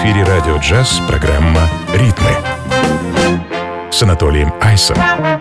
эфире «Радио Джаз» программа «Ритмы» с Анатолием Айсом.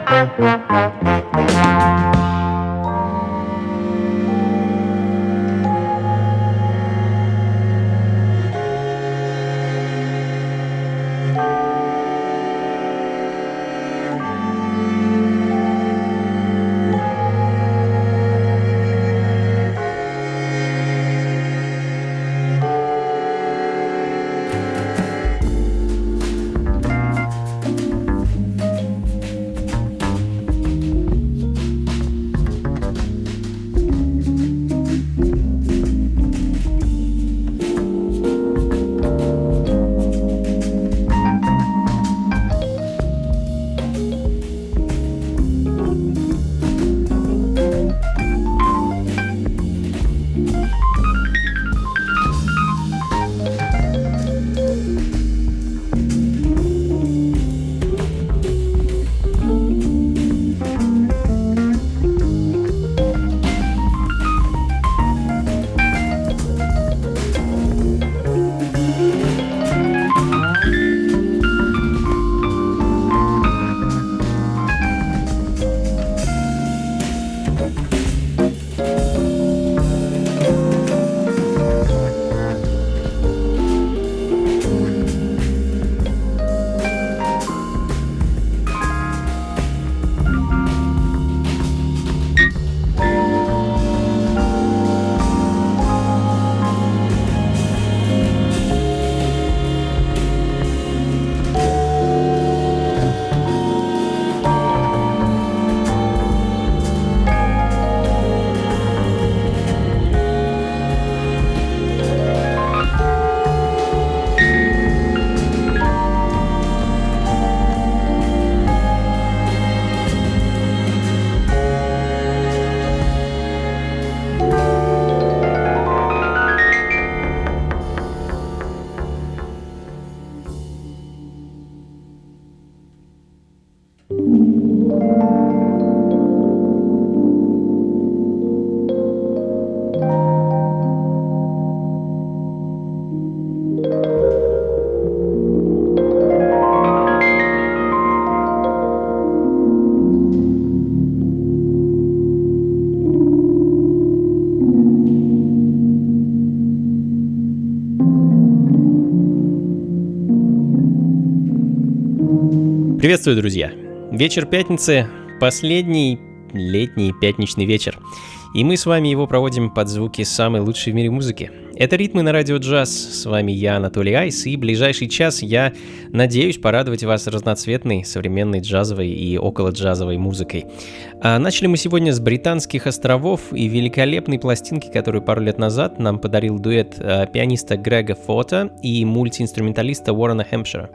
Приветствую, друзья! Вечер пятницы – последний летний пятничный вечер. И мы с вами его проводим под звуки самой лучшей в мире музыки. Это «Ритмы» на радио «Джаз». С вами я, Анатолий Айс, и ближайший час я надеюсь порадовать вас разноцветной, современной джазовой и около-джазовой музыкой. Начали мы сегодня с Британских островов и великолепной пластинки, которую пару лет назад нам подарил дуэт пианиста Грега Фота и мультиинструменталиста Уоррена Хэмпшира.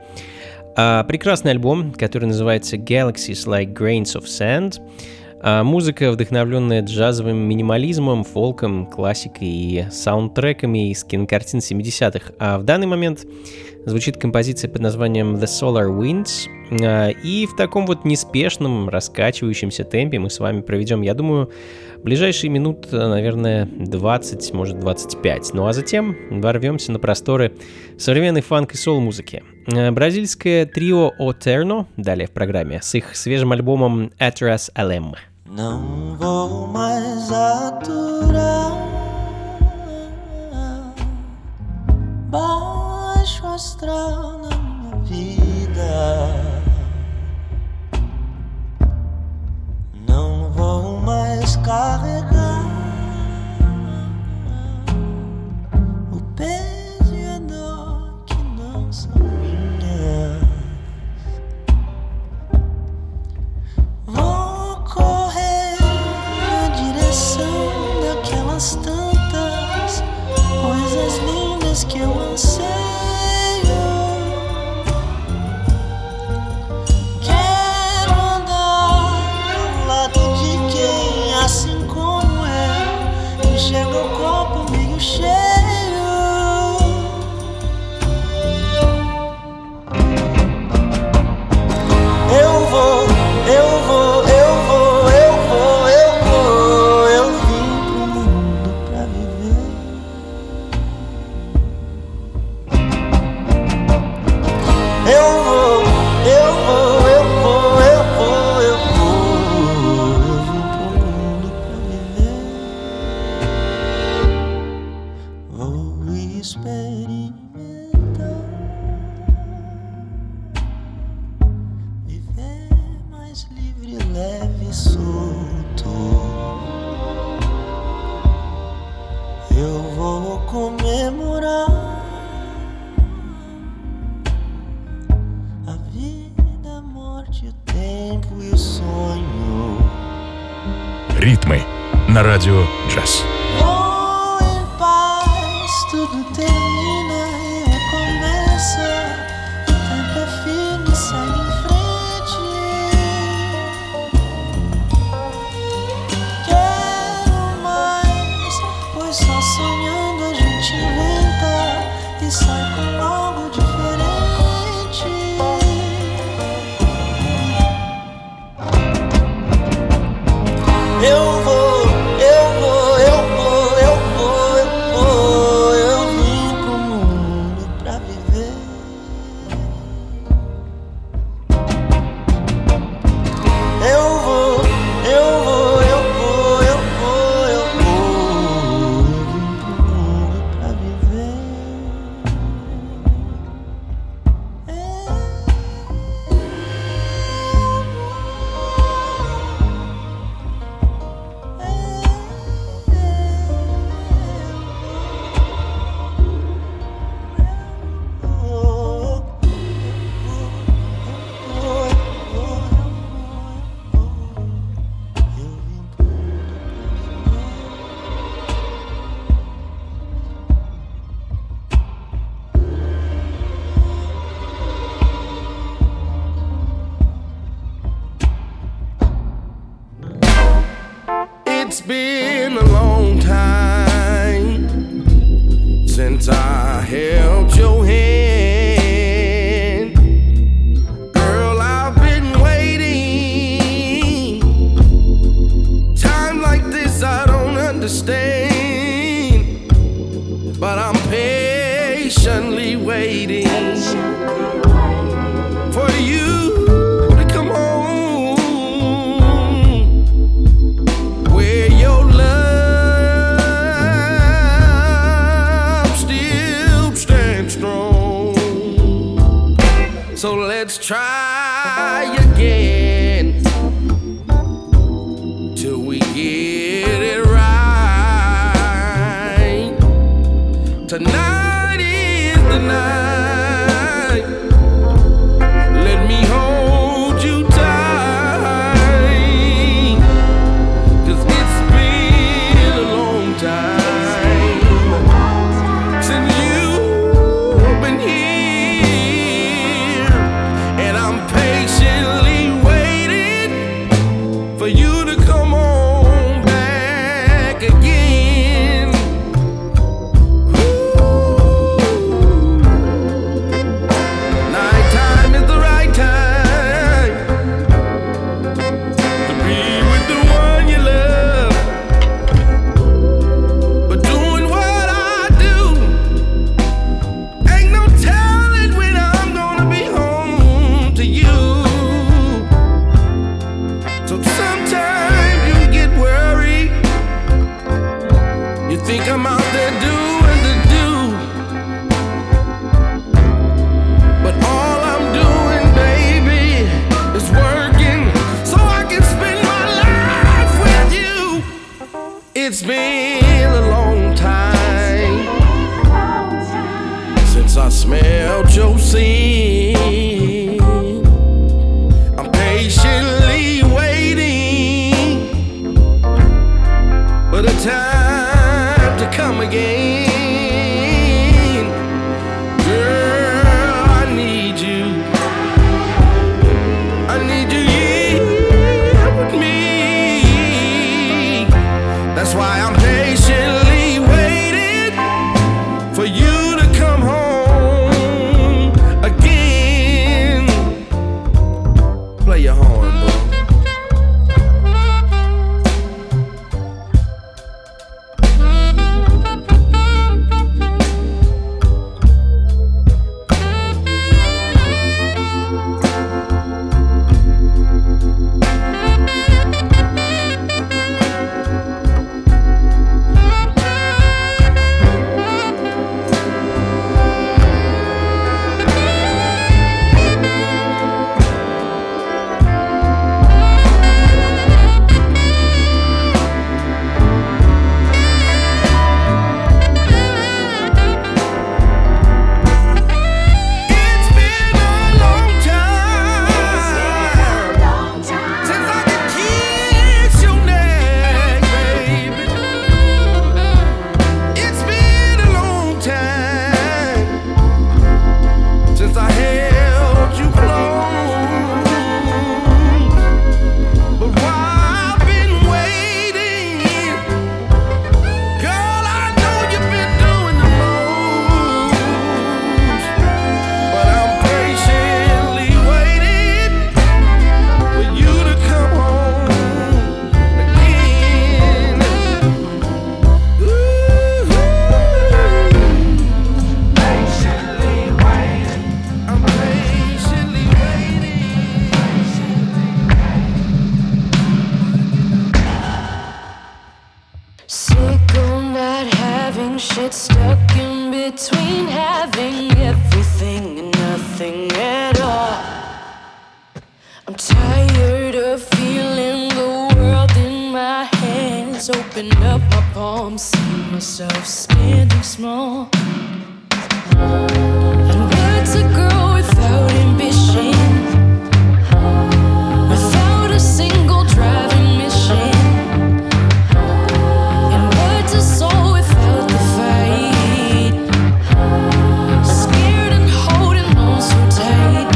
Прекрасный альбом, который называется Galaxies Like Grains of Sand. Музыка, вдохновленная джазовым минимализмом, фолком, классикой и саундтреками из кинокартин 70-х. А в данный момент звучит композиция под названием The Solar Winds. И в таком вот неспешном, раскачивающемся темпе мы с вами проведем, я думаю, ближайшие минут, наверное, 20, может 25. Ну а затем ворвемся на просторы современной фанк- и соул-музыки. Бразильское трио Oterno, далее в программе, с их свежим альбомом Atras Alem. Não vou mais aturar baixo astral na minha vida. Não vou mais carregar o peso e a dor que não são minhas. Vou correr na direção daquelas tantas coisas lindas que eu anseio. Quero andar ao lado de quem, assim como eu, enxerga o copo meio cheio. Eu vou, eu vou, eu vou, eu vou, eu vou. Eu vim pro mundo pra viver. experimentar, viver mais livre, leve e solto. Eu vou comemorar a vida, a morte, o tempo e o sonho. Ритмы на радио джаз. Vou em paz, tudo termina e recomeça. O tempo é firme, segue em frente. Quero mais, pois só sonhando a gente inventa e sai com algo diferente. Eu vou vim pro mundo pra viver. Eu vou vim pro mundo pra viver. It's been a long time since I held your hand. Girl, I've been waiting. Time like this I don't understand, but I'm patiently waiting for you to come home, where your love still stands strong. So let's try again till we get it right. Tonight is the night. Let me hold you tight, 'cause it's been a long time since you've been here, and I'm patiently waiting for you to come on back again. Nighttime is the right time to be with the one you love, but doing what I do, ain't no telling when I'm gonna be home to you. So sometimes you get worried, you think I'm out there doing the do, but all I'm doing, baby, is working so I can spend my life with you. It's been a long time since I smelled your sin. I'm patiently waiting for the time to come again. Girl, I need you. I need you here with me. That's why I'm patiently waiting for you to come home again. get stuck in between having everything and nothing at all. I'm tired of feeling the world in my hands. Open up my palms, see myself standing small. And words a girl without ambition, without a single driving mission. And words a soul without the fight, scared and holding on so tight.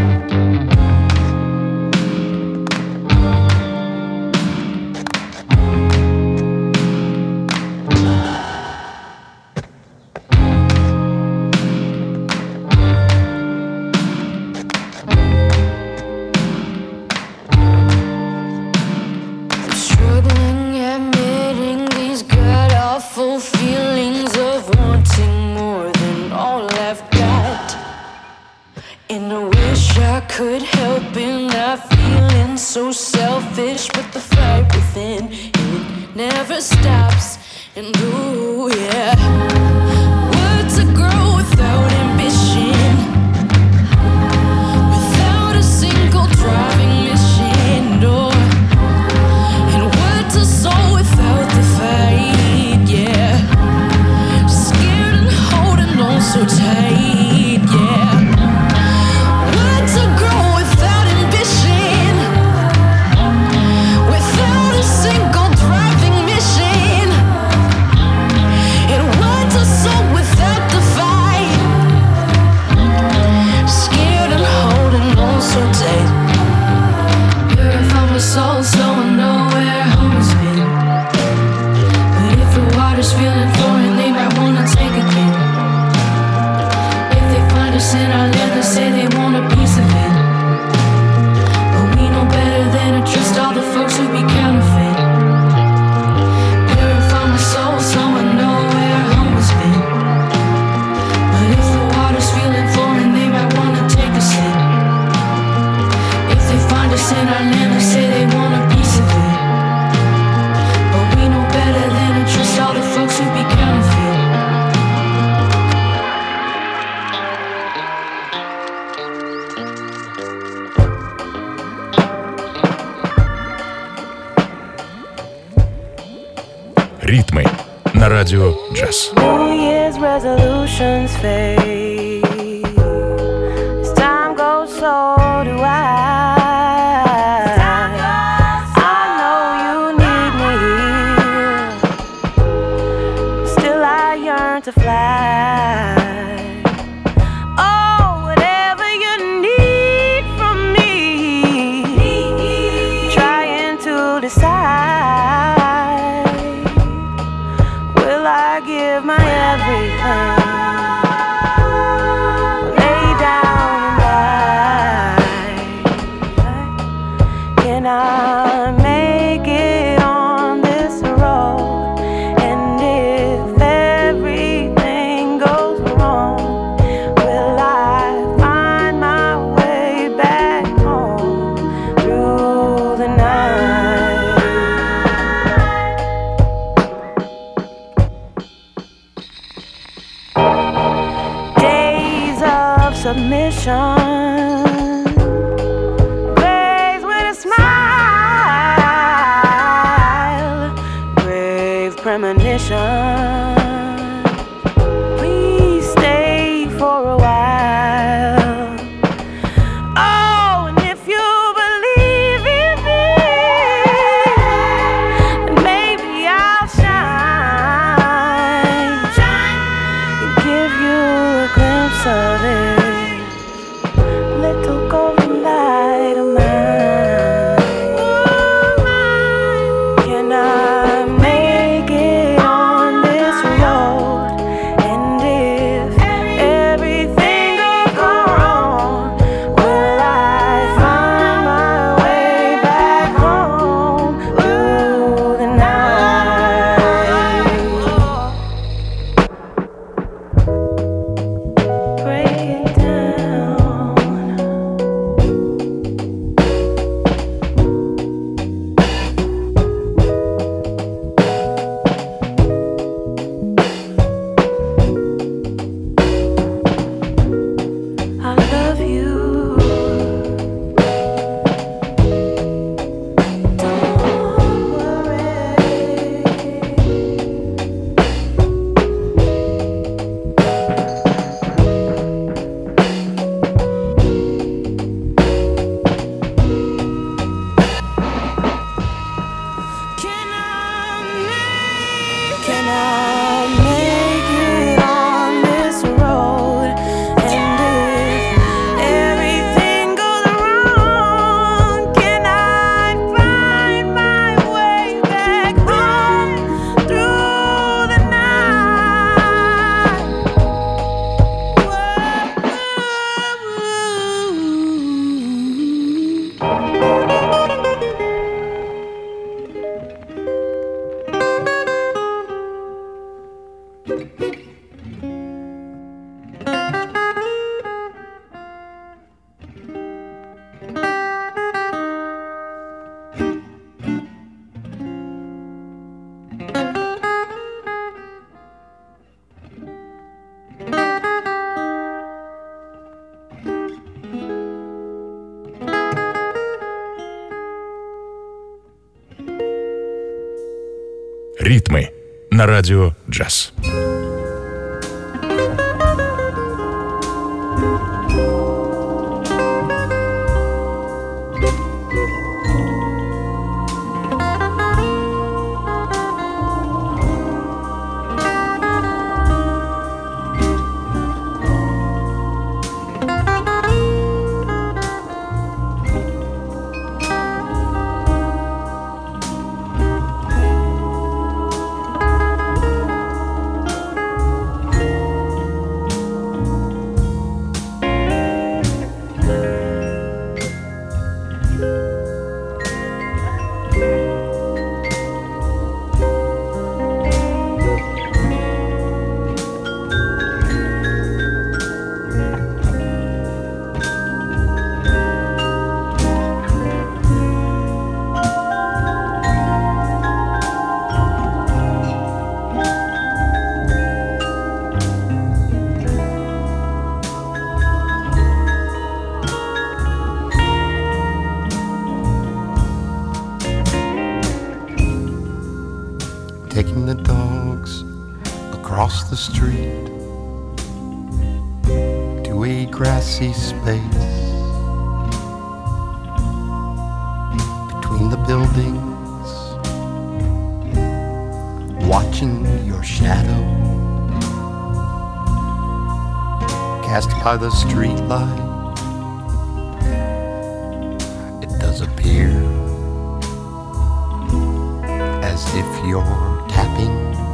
Feelings of wanting more than all I've got. And I wish I could help in not feeling so selfish, but the fight within, it never stops. And ooh, yeah, words a girl without ambition, without a single driving mission, no. And words a soul without the fight. So tight, yeah. Words a girl without ambition, without a single driving mission. And words a soul without the fight, scared and holding on so tight. Purify my soul so I know where home has been. But if the water's feeling foreign, they might wanna take a dip. In our land, they say they want a piece of it, but we know better than to trust all the folks who be counterfeit. Purify my soul so I know where home has been. But if the water's feeling foreign, they might wanna take a sip. If they find us in our land, they say they want a piece of it, but we know better than to trust all the folks who be counterfeit. Ритмы на радио Джаз. New Year's resolutions fade. As time goes, so do I. I know you need me. Still I yearn to fly. Oh, whatever you need from me, trying to decide. I give my everything, lay down and die. Can I make it on this road? And if everything goes wrong, will I find my way back home through the night? Submission, grace with a smile, grave premonition. Please stay for a while. Oh, and if you believe in me, then maybe I'll shine and give you a glimpse of it. Little golden light of mine. Can I make it on this Ритмы на радио «Джаз». Taking the dogs across the street to a grassy space between the buildings, watching your shadow cast by the street light. It does appear as if you're tapping.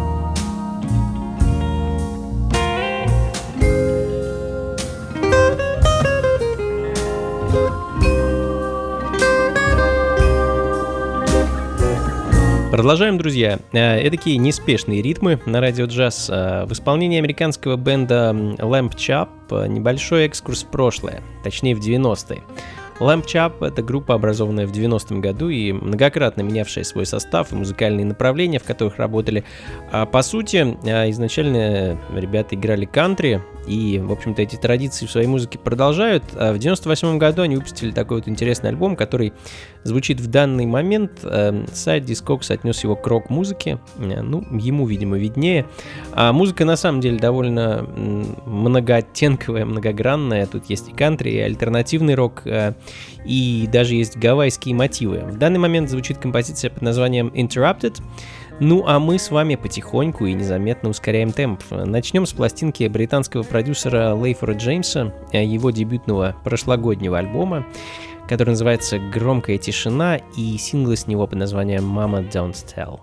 Продолжаем, друзья. Эдакие неспешные ритмы на радио джаз в исполнении американского бенда Lamp Chop. Небольшой экскурс в прошлое, точнее в 90-е. Lamp Chop — это группа, образованная в 90-м году и многократно менявшая свой состав и музыкальные направления, в которых работали. По сути, изначально ребята играли кантри, и, в общем-то, эти традиции в своей музыке продолжают. В 98-м году они выпустили такой вот интересный альбом, который звучит в данный момент. Сайт Discogs отнес его к рок-музыке, ну, ему, видимо, виднее. А музыка, на самом деле, довольно многооттенковая, многогранная. Тут есть и кантри, и альтернативный рок, и даже есть гавайские мотивы. В данный момент звучит композиция под названием Interrupted. Ну а мы с вами потихоньку и незаметно ускоряем темп. Начнем с пластинки британского продюсера Лейфора Джеймса, его дебютного прошлогоднего альбома, который называется «Громкая тишина», и синглы с него под названием «Mama Don't Tell».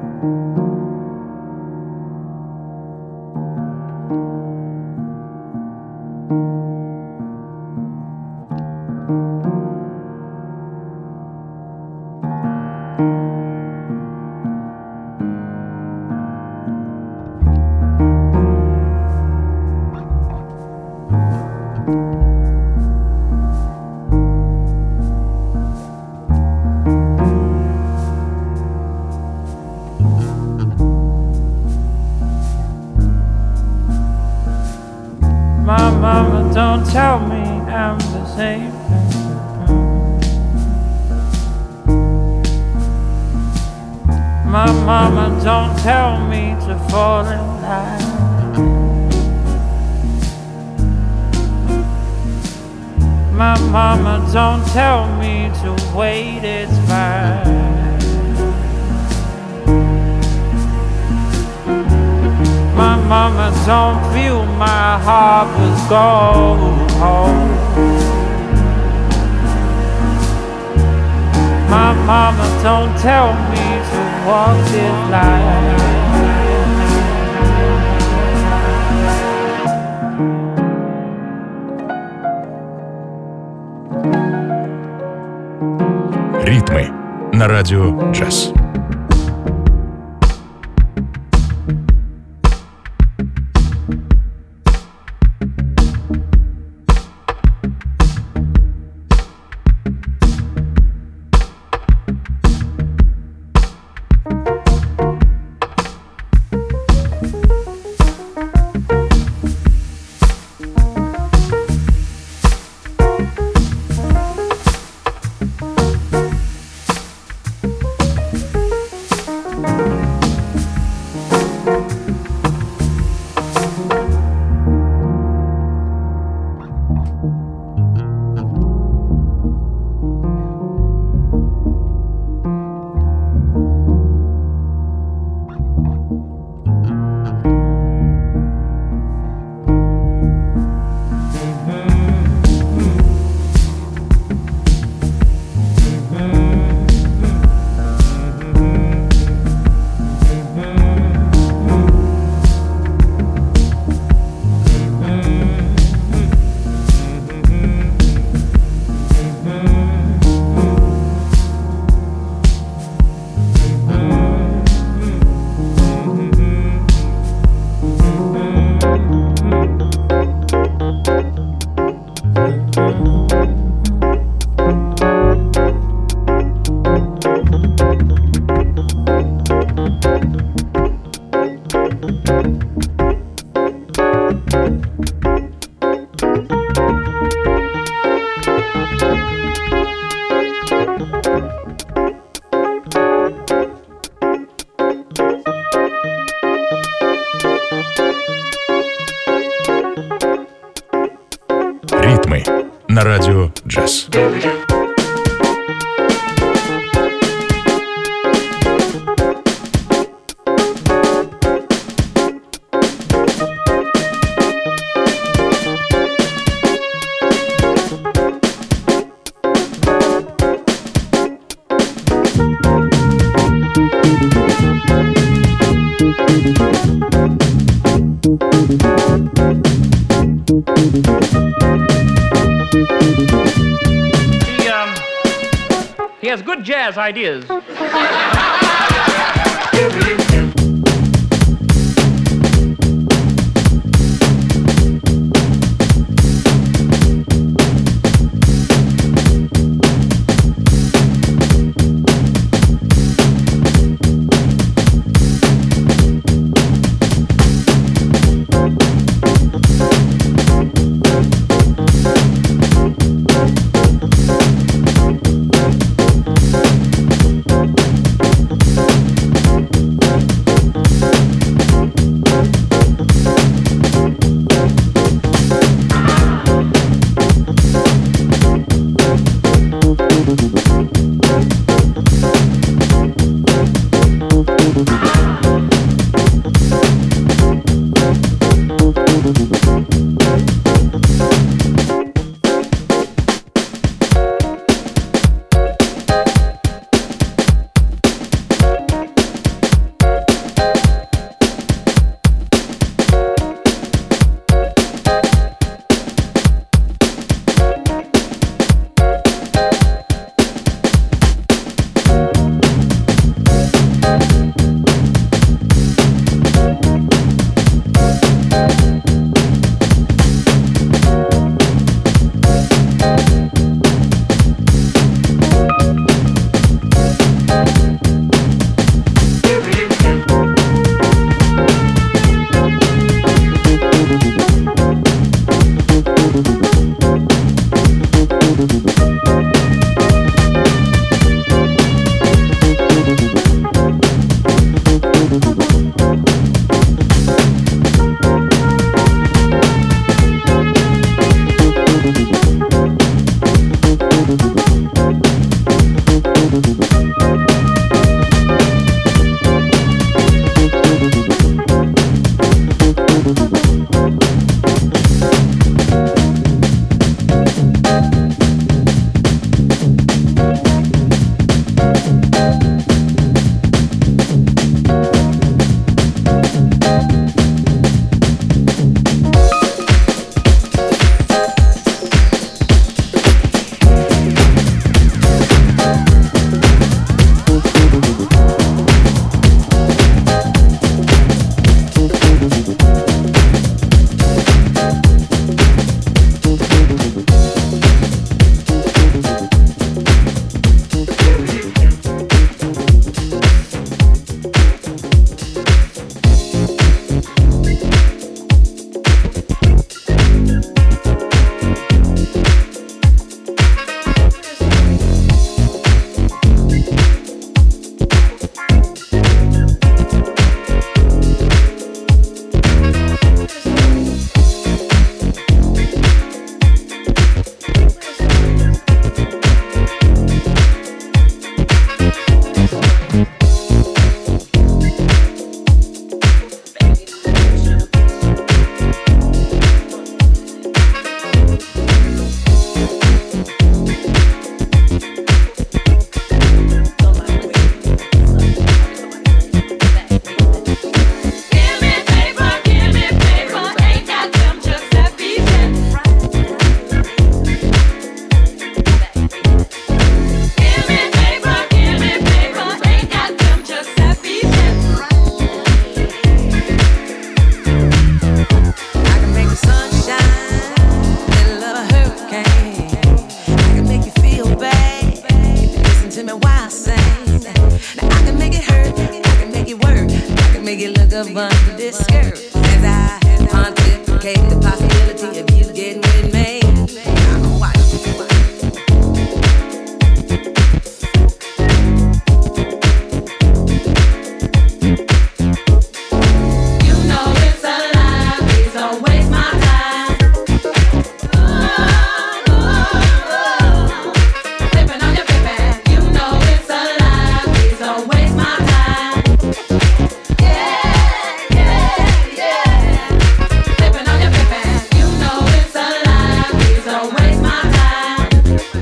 Don't tell me I'm the same. My mama don't tell me to fall in line. My mama don't tell me to wait, it's fine. My mama don't feel my heart was gold. My mama don't tell me to walk this line. Ритмы на радио «Джаз». на радио «Джаз». He has good jazz ideas.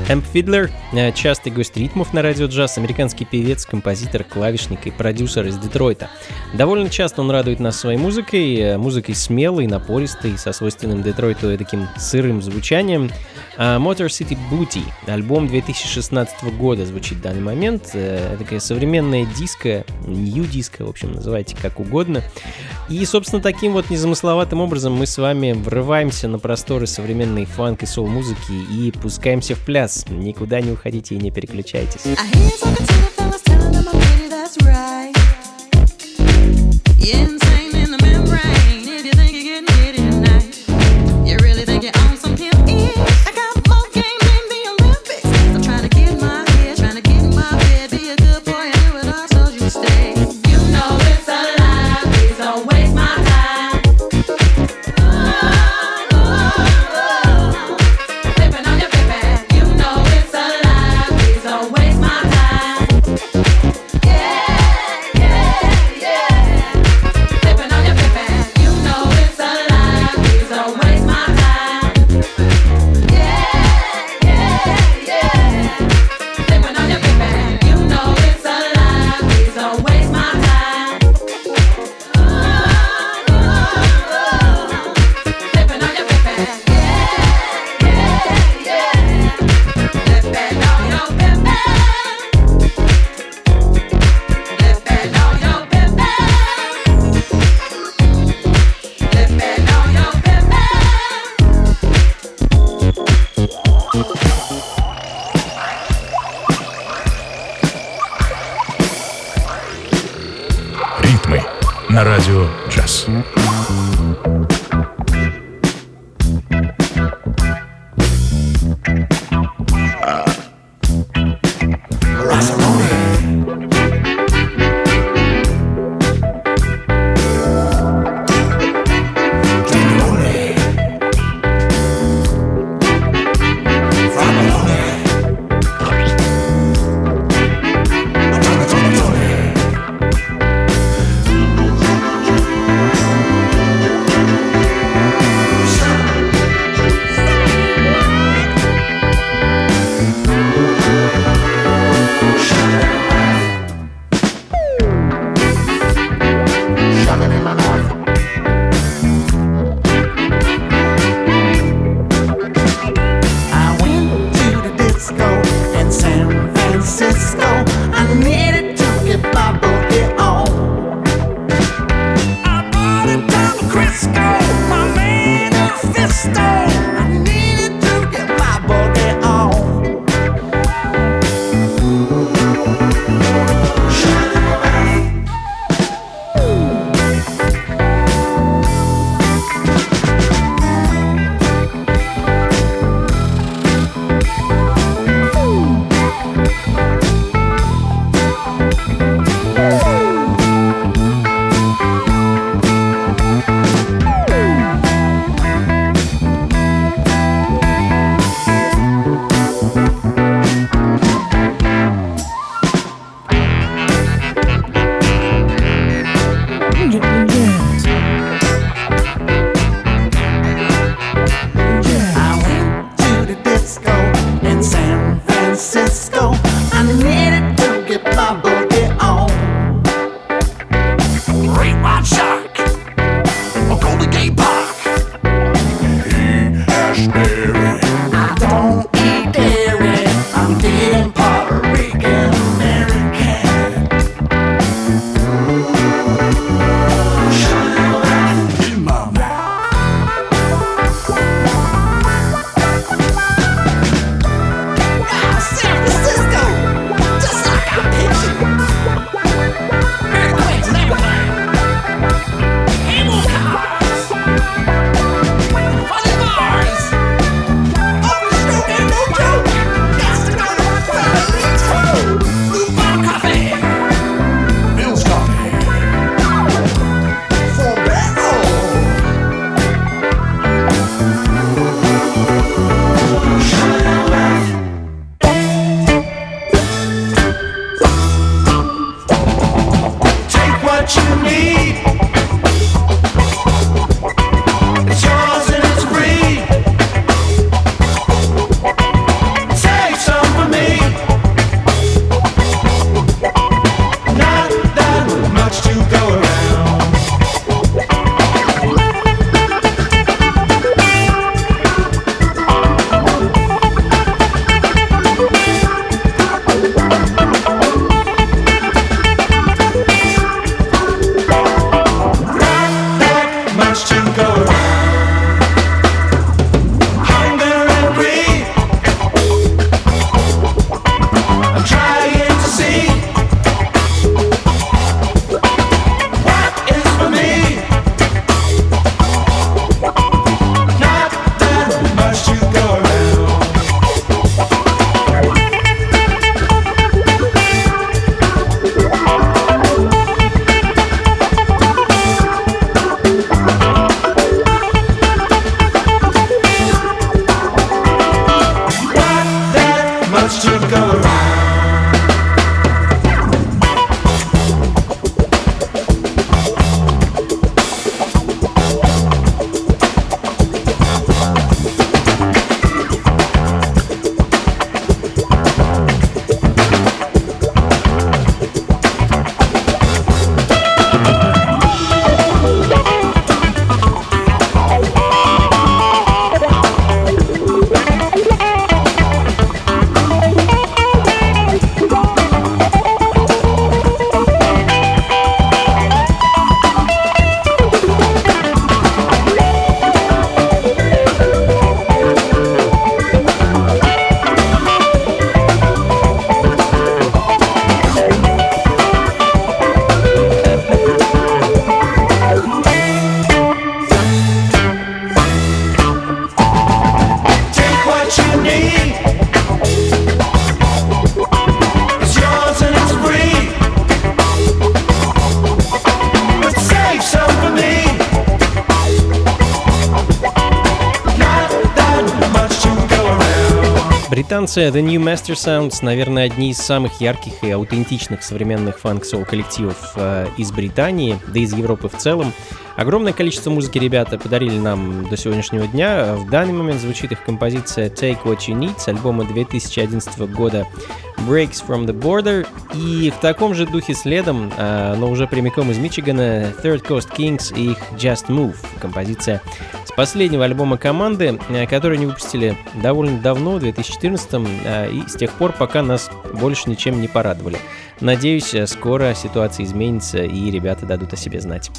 Amp Fiddler, частый гость ритмов на радио джаз, американский певец, композитор, клавишник и продюсер из Детройта. Довольно часто он радует нас своей музыкой смелой, напористой, со свойственным Детройту таким сырым звучанием. Motor City Booty, альбом 2016 года звучит в данный момент. Такая современная диско, нью-диско, в общем, называйте как угодно. И, собственно, таким вот незамысловатым образом мы с вами врываемся на просторы современной фанк и соул-музыки и пускаемся в пляс. Никуда не уходите и не переключайтесь. На радио джаз. Британцы The New Master Sounds, наверное, одни из самых ярких и аутентичных современных фанк-соул коллективов из Британии, да и из Европы в целом. Огромное количество музыки ребята подарили нам до сегодняшнего дня. В данный момент звучит их композиция Take What You Need с альбома 2011 года Breaks From The Border. И в таком же духе следом, но уже прямиком из Мичигана, Third Coast Kings и их Just Move. Композиция с последнего альбома команды, который они выпустили довольно давно, в 2014-м, и с тех пор пока нас больше ничем не порадовали. Надеюсь, скоро ситуация изменится и ребята дадут о себе знать.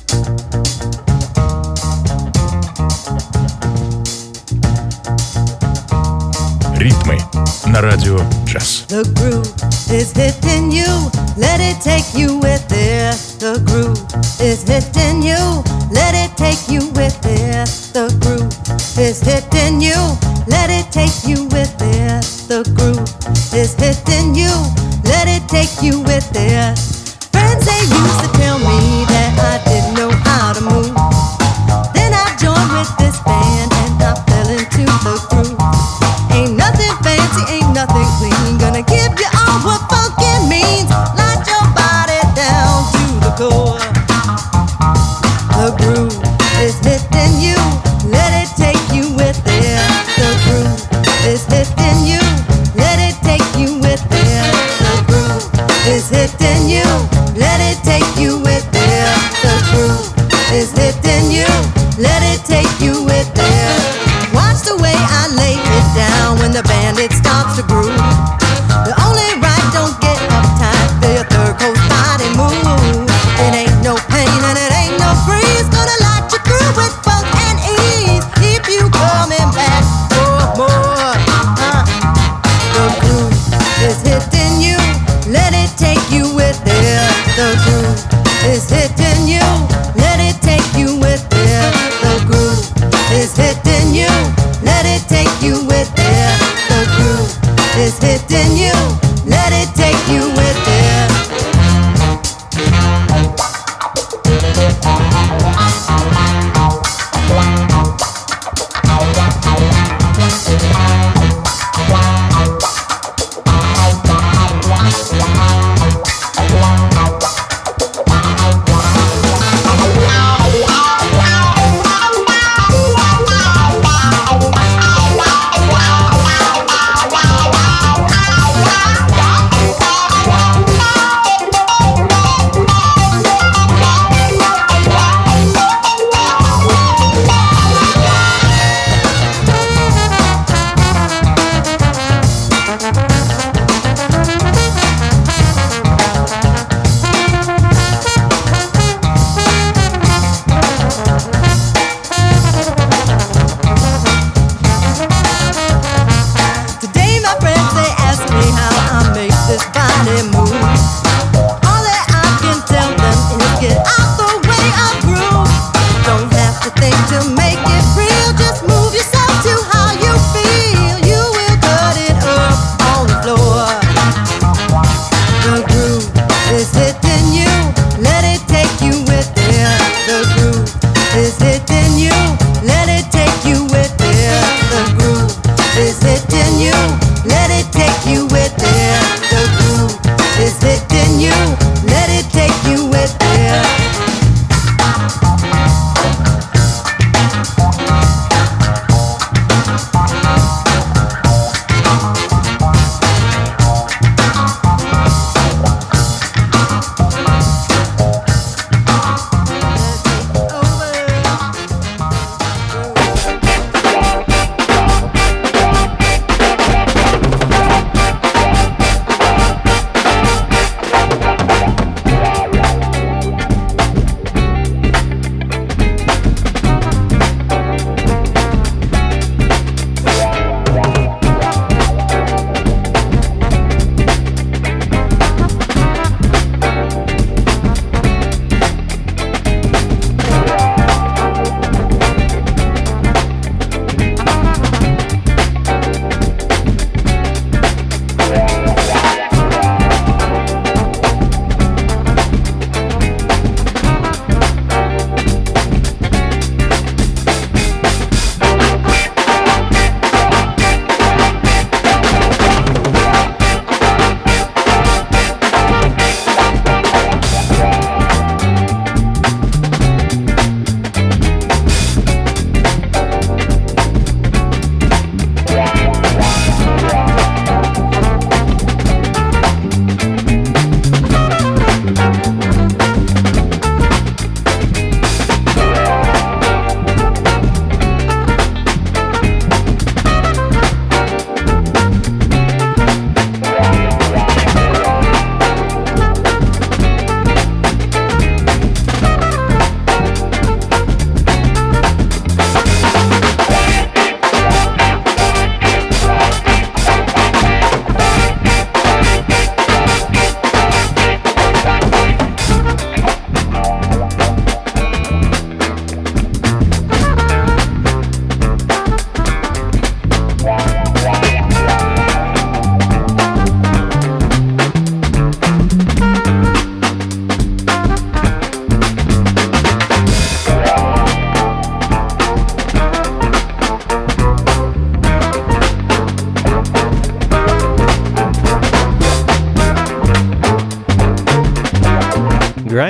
Ритмы на радио Джаз. The groove is hitting you, let it take you with it. The groove is hitting you, let it take you with it. The groove is hitting you, let it take you with it. The groove is hitting you, let it take you with it. Friends, they used to tell me that I didn't know how to move. Then I joined with this band and I fell into the groove. Ain't nothing fancy, ain't nothing clean, gonna give you all what funkin' means. Light your body down to the core. The groove is hitting you, let it take you with it. The groove is hitting you, let it take you with it. The groove is hitting you, let it take you with it. The groove is hitting you, let it take you with it. Watch the way I lay it down when the bandit starts to groove. The only right, don't get uptight, feel your third coast body move. It ain't no pain and it ain't no breeze, gonna light you through with funk and ease. Keep you coming back for more. The groove is hitting you, let it take you with it. The groove is hitting you, let it take you with it. The groove is hitting you, let it take you with it. The groove is hitting you, let it take you with it.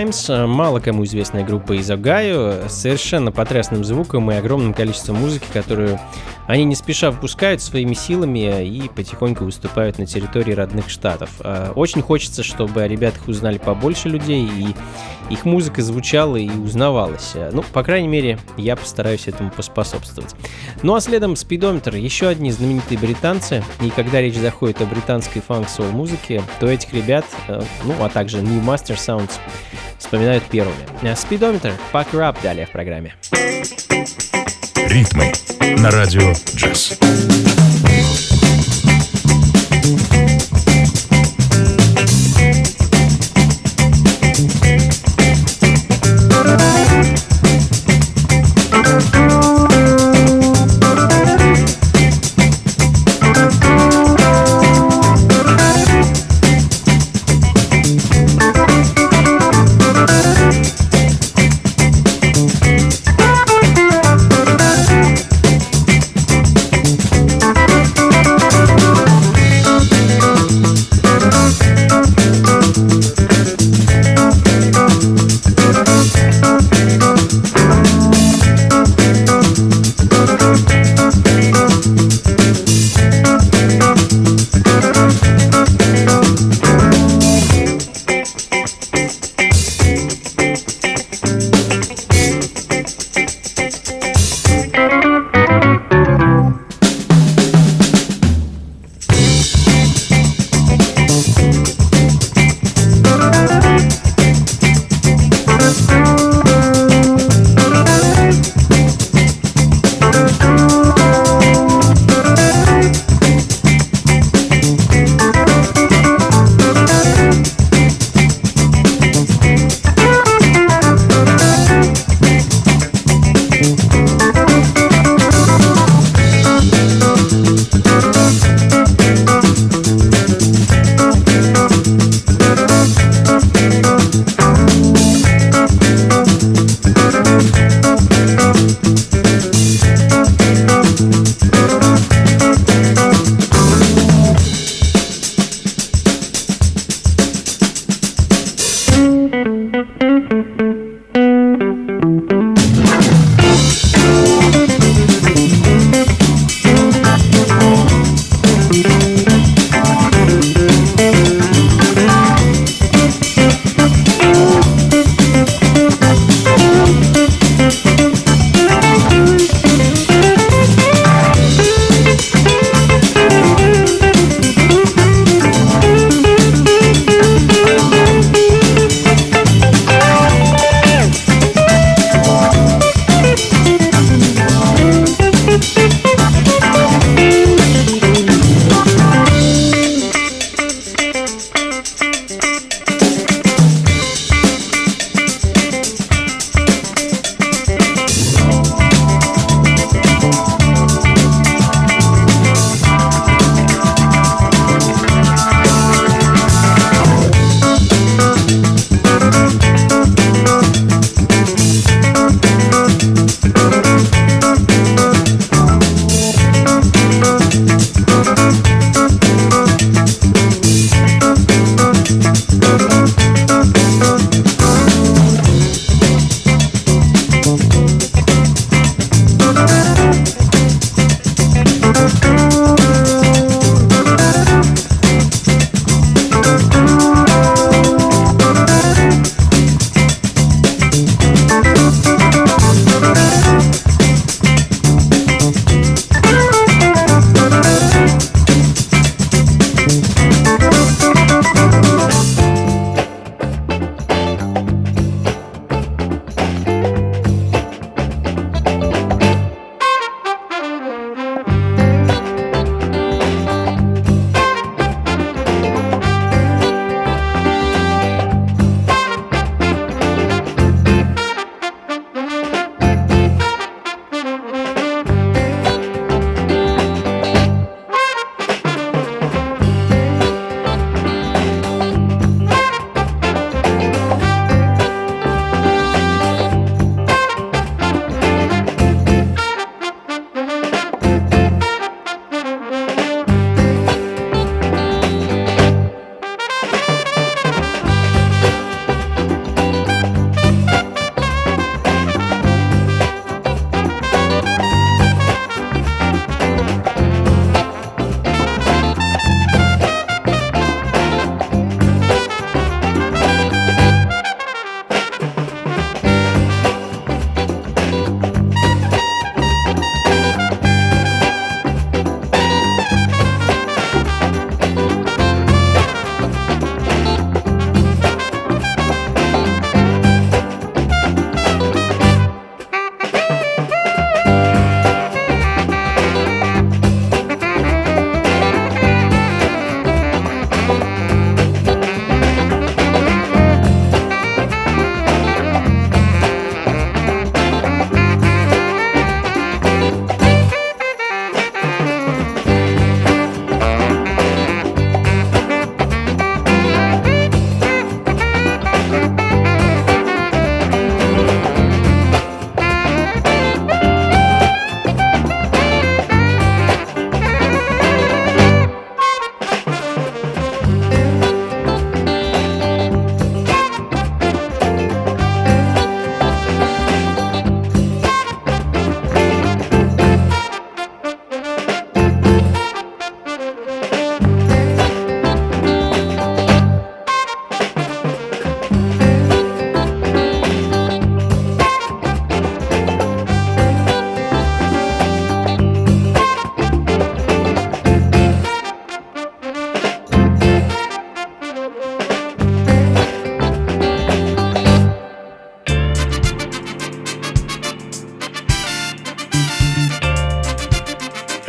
Times, мало кому известная группа из Огайо, с совершенно потрясным звуком и огромным количеством музыки, которую они не спеша выпускают своими силами и потихоньку выступают на территории родных штатов. Очень хочется, чтобы о ребятах узнали побольше людей, и их музыка звучала и узнавалась. Ну, по крайней мере, я постараюсь этому поспособствовать. Ну а следом Speedometer, еще одни знаменитые британцы, и когда речь заходит о британской фанк-соул музыке, то этих ребят, ну а также New Master Sounds вспоминают первыми. Speedometer, Pack Her Up далее в программе. Ритмы на радио джаз.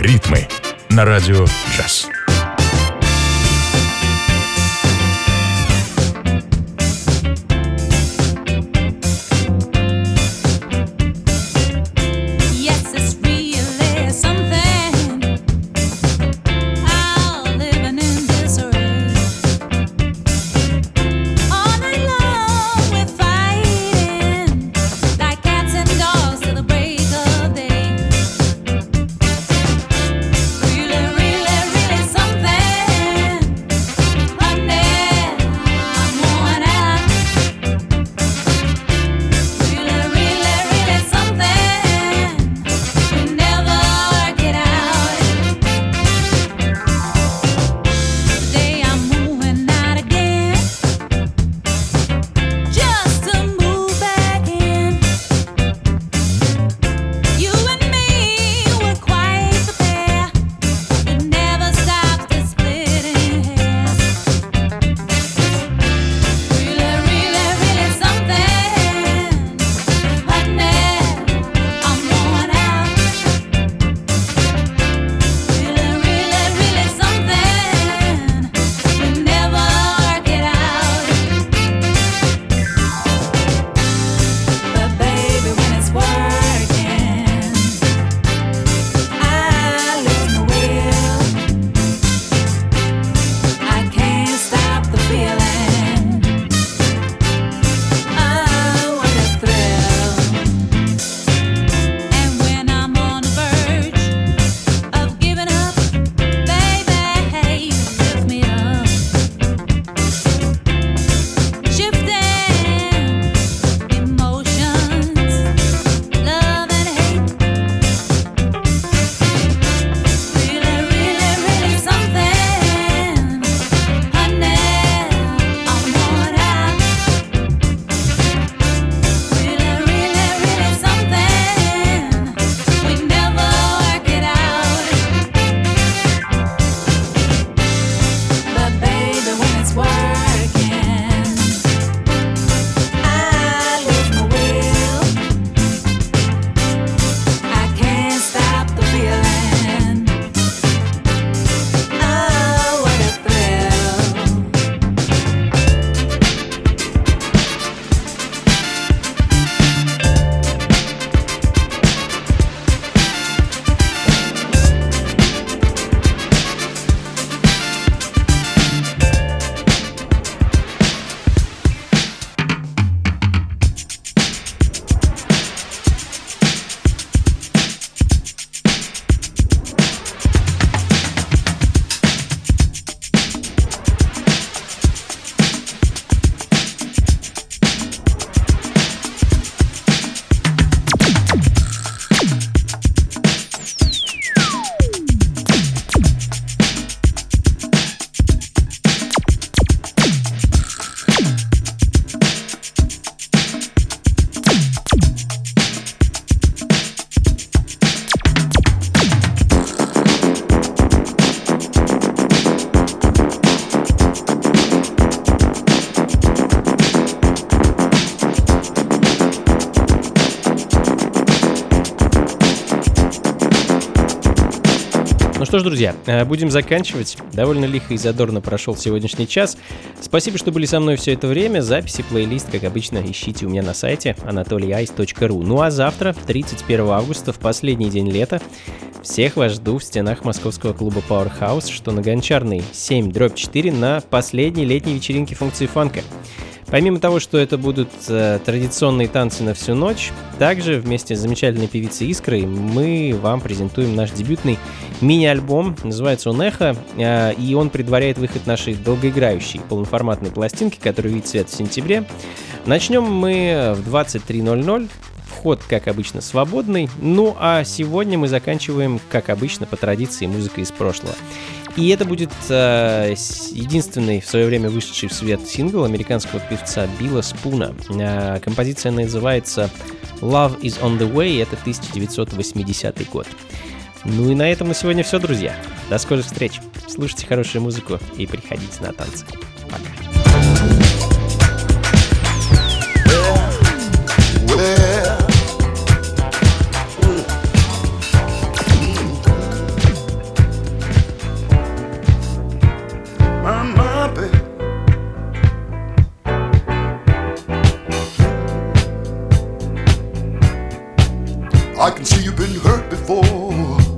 «Ритмы» на радио «Джаз». Ну что ж, друзья, будем заканчивать. Довольно лихо и задорно прошел сегодняшний час. Спасибо, что были со мной все это время. Записи, плейлист, как обычно, ищите у меня на сайте anatolyice.ru. Ну а завтра, 31 августа, в последний день лета, всех вас жду в стенах московского клуба Powerhouse, что на Гончарной 7/4 на последней летней вечеринке функции фанка. Помимо того, что это будут традиционные танцы на всю ночь, также вместе с замечательной певицей Искрой мы вам презентуем наш дебютный мини-альбом. Называется он «Эхо», и он предваряет выход нашей долгоиграющей полноформатной пластинки, которая увидит свет в сентябре. Начнем мы в 23:00. Вход, как обычно, свободный. Ну а сегодня мы заканчиваем, как обычно, по традиции, музыкой из прошлого. И это будет единственный в свое время вышедший в свет сингл американского певца Билла Спуна. Композиция называется «Love is on the way», это 1980 год. Ну и на этом на сегодня все, друзья. До скорых встреч. Слушайте хорошую музыку и приходите на танцы. Пока. you've been hurt before.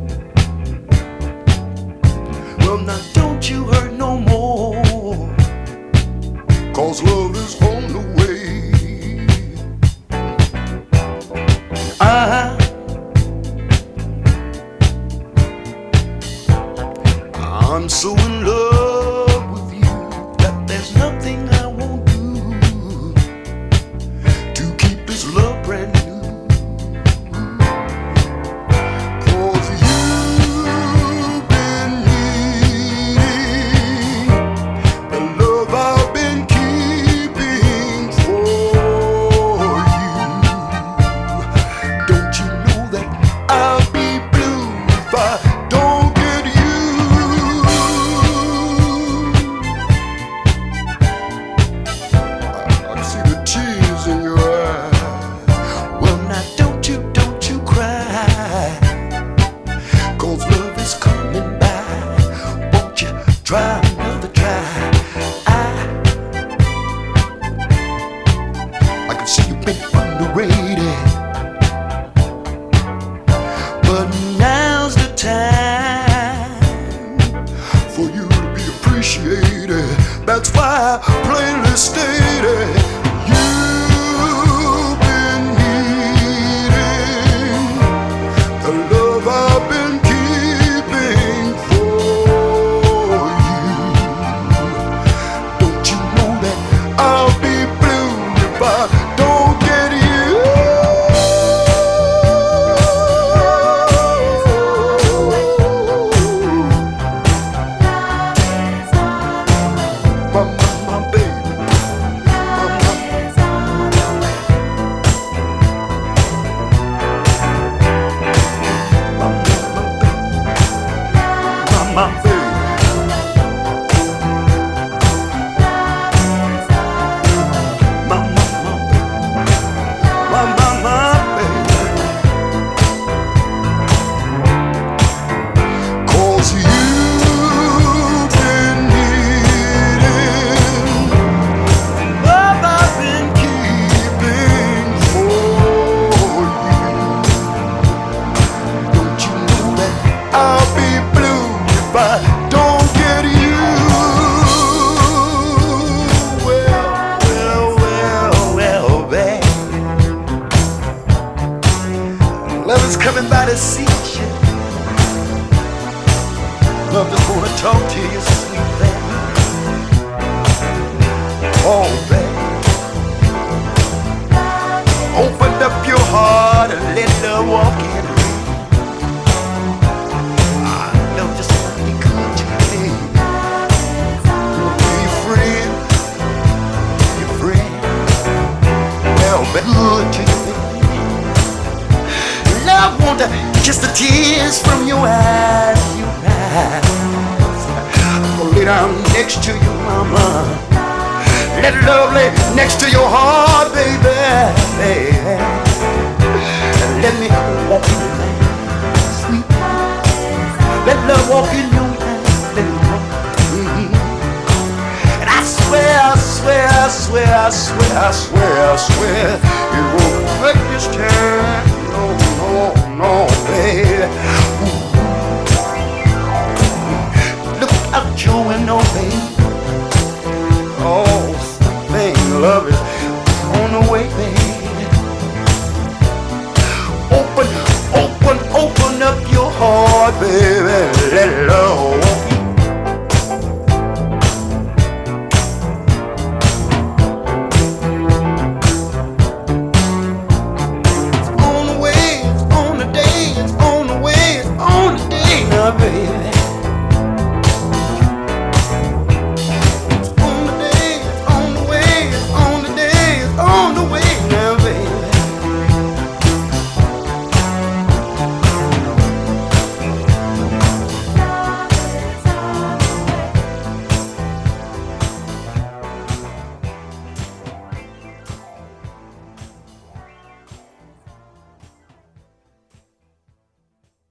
Well, now don't you hurt no more, 'cause love is on the way. I'm so in love with you that there's nothing I won't do to keep this love brand new. 'Cause you've been needing the love I've been keeping for you. Don't you know that I'll be blue if I don't get you? I can see the tears in your eyes. Well, now don't you cry, 'cause love is coming by. Won't you try another try? I can see you've been underrated, but now's the time for you to be appreciated. That's why I plainly stated you've been needing the love I've been keeping for you. Don't you know that I'll be blue if I don't get you? My baby, my baby. Cause you've been needing love I've been keeping for you. Don't you know that I'll be blue if I don't get you? Well, babe, love is coming by to see you. Love just wanna talk to you, sweet baby. Oh, baby, open up your heart and let love walk in. I know just what you good to me. Be your friend, well, be good to you, baby. Love want to kiss the tears from your eyes. I'll lay down next to you, mama. Let love lay next to your heart, baby. Let me walk in your hand, sweet. Let love walk in your hand. Let me walk. And I swear, it won't break this time. No, baby.